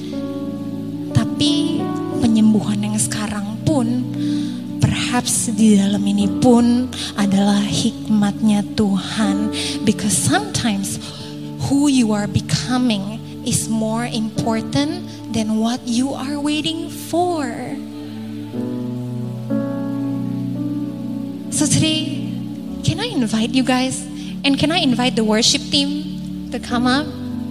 Tapi penyembuhan yang sekarang pun, perhaps di dalam ini pun adalah hikmatnya Tuhan. Because sometimes who you are becoming is more important than what you are waiting for. So today, can I invite you guys, and can I invite the worship team to come up?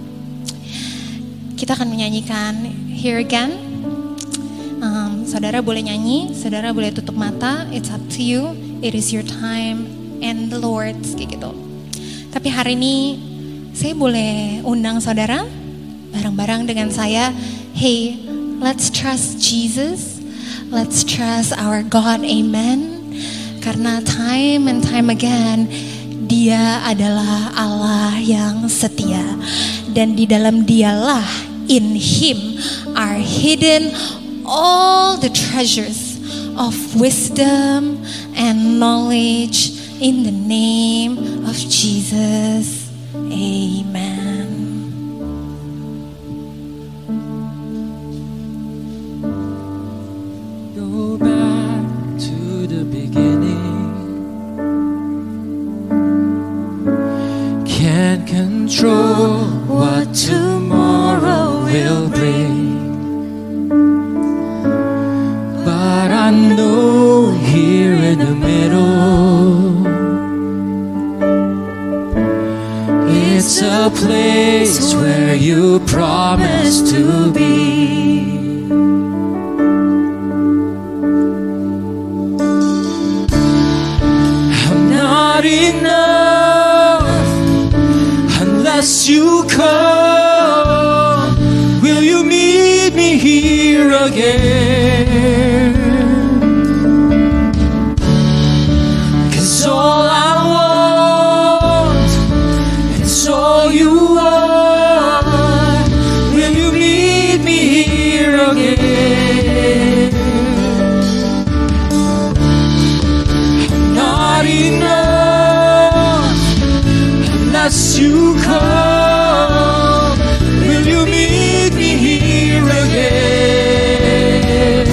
Kita akan menyanyikan Here Again. um, Saudara boleh nyanyi, saudara boleh tutup mata, it's up to you. It is your time and the Lord's kayak gitu. Tapi hari ini saya boleh undang saudara bareng-bareng dengan saya. Hey, let's trust Jesus, let's trust our God, amen. Karena time and time again Dia adalah Allah yang setia. Dan di dalam Dialah, in Him are hidden all the treasures of wisdom and knowledge. In the name of Jesus, amen. Go back to the beginning. Can't control what tomorrow a place where you promised to be. I'm not enough unless you come. Will you meet me here again? 'Cause all I want is all you are. Will you meet me here again? I'm not enough unless you come. Will you meet me here again?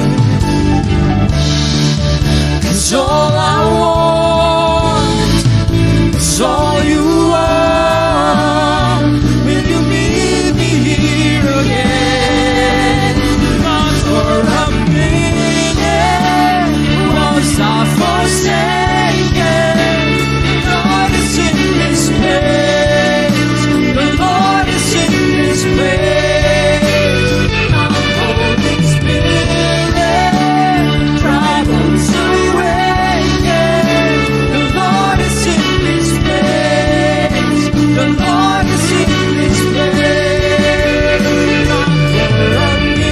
'Cause all I want is all you are. Will you meet me here again? Not for a minute was I forsaken. The Lord is in this place. The Lord is in this place. Come, Holy Spirit, drive us away. The Lord is in this place. The Lord is in this place. Not for a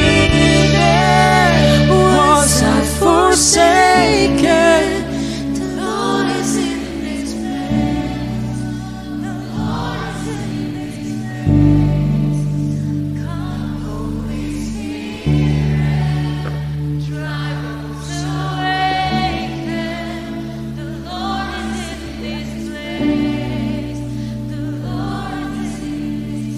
minute was I forsaken. The Lord is in this place. The Lord is in this place. Come, Holy Spirit, drive us away. The Lord is in this place. The Lord is in this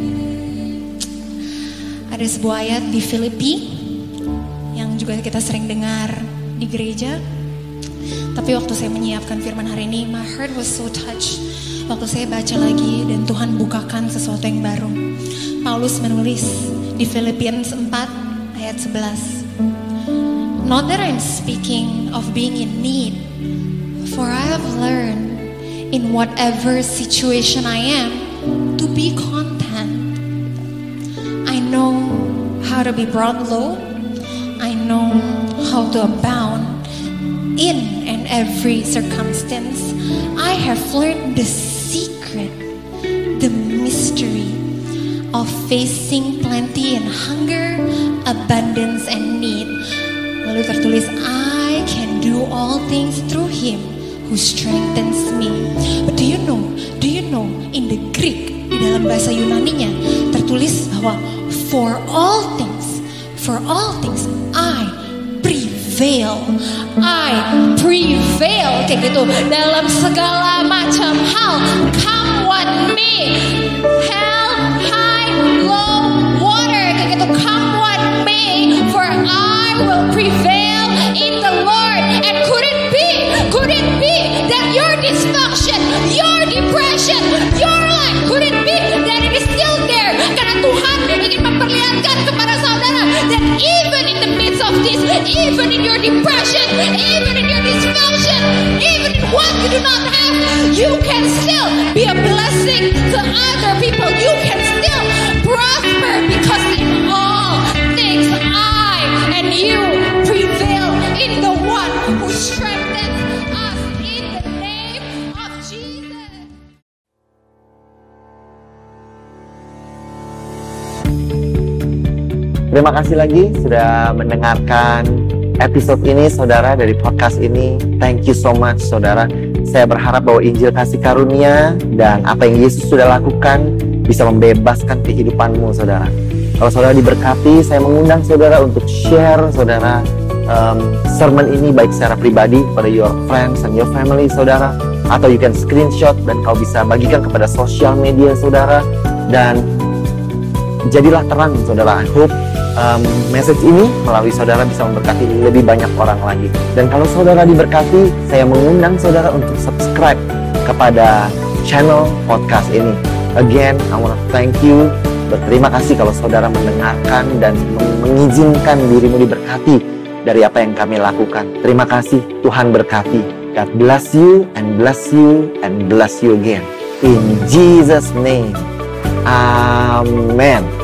place. Ada sebuah ayat di Filipi yang juga kita sering dengar di gereja. Tapi waktu saya menyiapkan firman hari ini, my heart was so touched. Waktu saya baca lagi dan Tuhan bukakan sesuatu yang baru. Paulus menulis di Filipians empat ayat sebelas. Not that I'm speaking of being in need, for I have learned in whatever situation I am to be content. I know how to be brought low. I know how to abound in and every circumstance. I have learned the secret, the mystery of facing plenty and hunger, abundance and need. Lalu tertulis, I can do all things through Him who strengthens me. But do you know, do you know in the Greek, di dalam bahasa Yunaninya tertulis bahwa for all things, for all things I prevail. I prevail kayak gitu dalam segala macam hal. Come what may, hell, high, low, water kayak gitu. Come what may, for I will prevail in the Lord. And could it be, could it be that your dysfunction, your depression, your life, could it be that it is still there? Karena Tuhan ingin memperlihatkan kepada saudara that even in the midst of this, even in your depression, even in your dysfunction, even in what you do not have, you can still be a blessing to other people. You can still prosper because in all things I and you prevail in the one who strengthens us in the name of Jesus. Terima kasih lagi sudah mendengarkan episode ini, saudara, dari podcast ini. Thank you so much, saudara. Saya berharap bahwa Injil kasih karunia dan apa yang Yesus sudah lakukan bisa membebaskan kehidupanmu, saudara. Kalau saudara diberkati, saya mengundang saudara untuk share, saudara, um, sermon ini baik secara pribadi kepada your friends and your family, saudara. Atau you can screenshot dan kau bisa bagikan kepada sosial media, saudara. Dan jadilah terang, saudara. I hope Um, message ini melalui saudara bisa memberkati lebih banyak orang lagi. Dan kalau saudara diberkati, saya mengundang saudara untuk subscribe kepada channel podcast ini. Again, I want to thank you. Berterima kasih kalau saudara mendengarkan dan mengizinkan dirimu diberkati dari apa yang kami lakukan. Terima kasih, Tuhan berkati. God bless you and bless you and bless you again. In Jesus' name. Amen.